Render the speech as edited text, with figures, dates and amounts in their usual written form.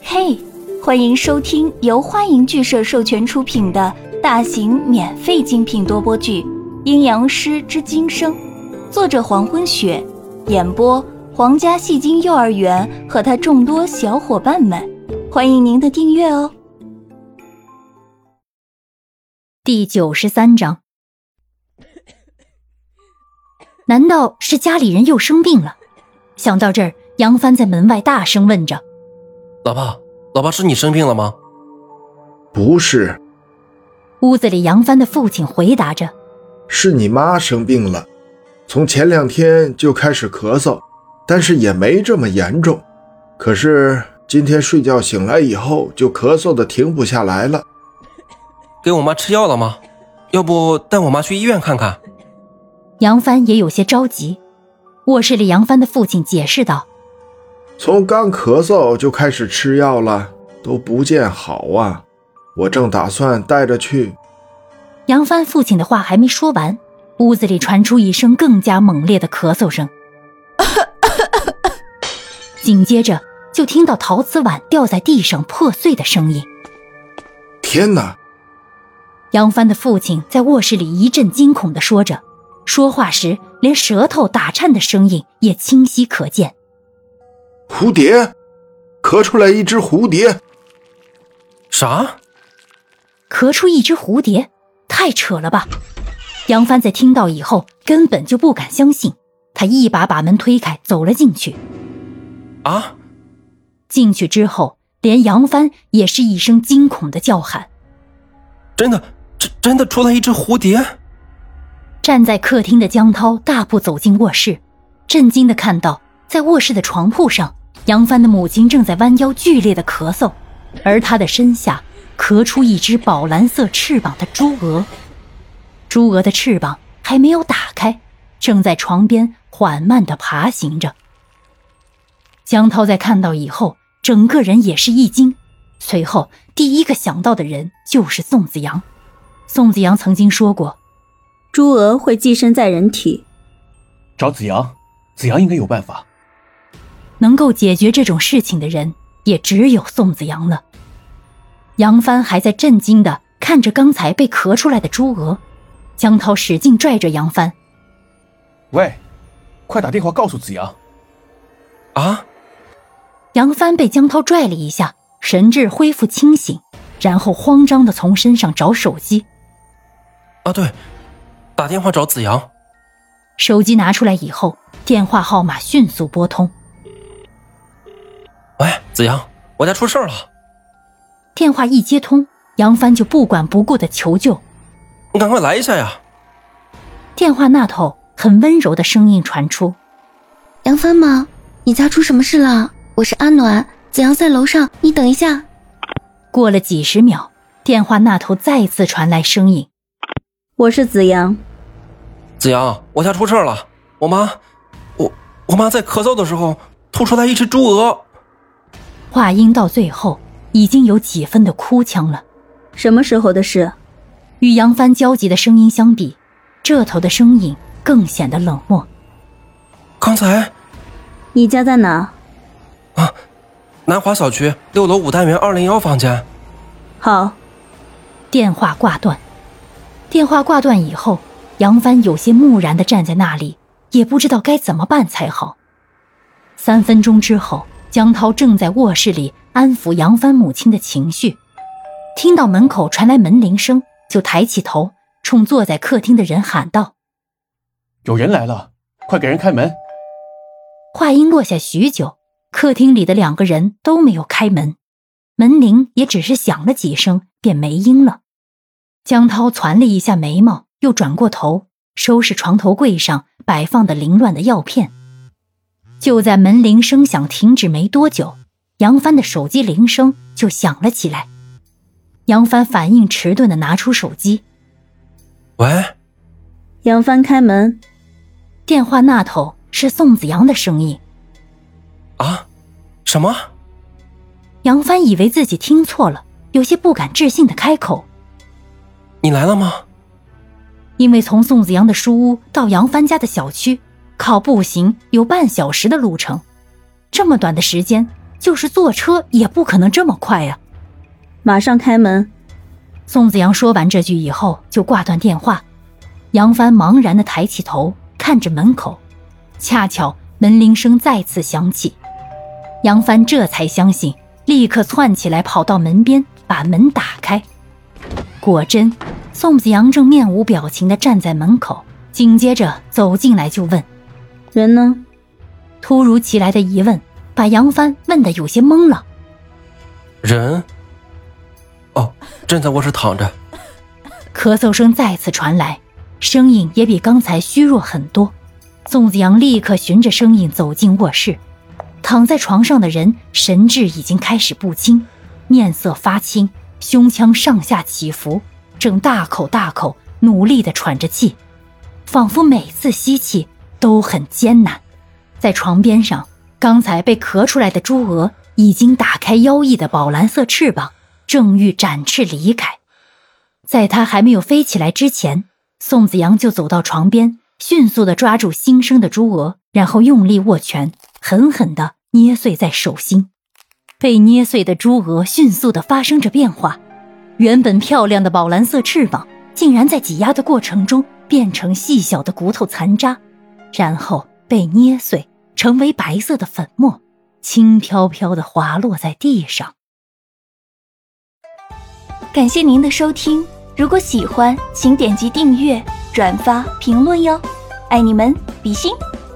嘿，欢迎收听由花影剧社授权出品的大型免费精品多播剧《阴阳师之今生》，作者黄昏雪，演播皇家戏精幼儿园和他众多小伙伴们，欢迎您的订阅哦。 第93章，难道是家里人又生病了？想到这儿，杨帆在门外大声问着： 老爸是你生病了吗？ 不是。 屋子里杨帆的父亲回答着： 是你妈生病了，从前2天就开始咳嗽，但是也没这么严重，可是今天睡觉醒来以后就咳嗽的停不下来了。 给我妈吃药了吗？要不带我妈去医院看看。 杨帆也有些着急。卧室里杨帆的父亲解释道： 从刚咳嗽就开始吃药了，都不见好啊，我正打算带着去。 杨帆父亲的话还没说完，屋子里传出一声更加猛烈的咳嗽声紧接着就听到陶瓷碗掉在地上破碎的声音。 天哪！ 杨帆的父亲在卧室里一阵惊恐地说着，说话时连舌头打颤的声音也清晰可见。 蝴蝶，咳出来一只蝴蝶。 啥？ 咳出一只蝴蝶？太扯了吧！杨帆在听到以后根本就不敢相信，他一把把门推开走了进去。 啊！ 进去之后，连杨帆也是一声惊恐的叫喊。 真的出来一只蝴蝶？ 站在客厅的江涛大步走进卧室，震惊地看到在卧室的床铺上，杨帆的母亲正在弯腰剧烈的咳嗽，而她的身下咳出一只宝蓝色翅膀的朱鹅。朱鹅的翅膀还没有打开，正在床边缓慢地爬行着。江涛在看到以后，整个人也是一惊，随后第一个想到的人就是宋子阳。宋子阳曾经说过， 朱鹅会寄生在人体， 找子阳，子阳应该有办法。 能够解决这种事情的人也只有宋子阳了。杨帆还在震惊地看着刚才被咳出来的朱鹅，江涛使劲拽着杨帆： 喂，快打电话告诉子阳。 啊！ 杨帆被江涛拽了一下，神志恢复清醒，然后慌张地从身上找手机。 啊对，打电话找子阳。 手机拿出来以后，电话号码迅速拨通。 喂，子阳，我家出事了。 电话一接通，杨帆就不管不顾地求救： 你赶快来一下呀！ 电话那头很温柔的声音传出： 杨帆吗？你家出什么事了？我是阿暖，子阳在楼上，你等一下。 过了几十秒，电话那头再次传来声音： 我是子阳。 子阳，我家出事了，我妈在咳嗽的时候吐出来一只朱鹅。 话音到最后已经有几分的哭腔了。 什么时候的事？ 与杨帆焦急的声音相比，这头的声音更显得冷漠。 刚才。 你家在哪？ 啊，南华小区6楼5单元201房间。 好。 电话挂断。电话挂断以后，杨帆有些木然地站在那里，也不知道该怎么办才好。3分钟之后，江涛正在卧室里安抚杨帆母亲的情绪，听到门口传来门铃声，就抬起头冲坐在客厅的人喊道： 有人来了，快给人开门。 话音落下许久，客厅里的2个人都没有开门，门铃也只是响了几声便没音了。江涛攒了一下眉毛，又转过头收拾床头柜上摆放的凌乱的药片。就在门铃声响停止没多久，杨帆的手机铃声就响了起来。杨帆反应迟钝地拿出手机： 喂。 杨帆开门。 电话那头是宋子阳的声音。 啊？什么？ 杨帆以为自己听错了，有些不敢置信地开口： 你来了吗？ 因为从宋子阳的书屋到杨帆家的小区靠步行有半小时的路程，这么短的时间， 就是坐车也不可能这么快呀。 马上开门。 宋子阳说完这句以后就挂断电话。杨帆茫然地抬起头看着门口，恰巧门铃声再次响起。杨帆这才相信，立刻窜起来跑到门边把门打开。果真，宋子阳正面无表情地站在门口，紧接着走进来就问： 人呢？ 突如其来的疑问把杨帆问得有些懵了。 人？哦，正在卧室躺着。 咳嗽声再次传来，声音也比刚才虚弱很多。宋子阳立刻循着声音走进卧室，躺在床上的人神志已经开始不清，面色发青，胸腔上下起伏，正大口大口努力地喘着气，仿佛每次吸气都很艰难。在床边上，刚才被咳出来的朱娥已经打开腰翼的宝蓝色翅膀，正欲展翅离开。在他还没有飞起来之前，宋子阳就走到床边，迅速地抓住新生的朱娥，然后用力握拳，狠狠地捏碎在手心。被捏碎的朱娥迅速地发生着变化，原本漂亮的宝蓝色翅膀竟然在挤压的过程中变成细小的骨头残渣，然后被捏碎成为白色的粉末，轻飘飘地滑落在地上。 感谢您的收听，如果喜欢请点击订阅、转发、评论哟，爱你们，比心。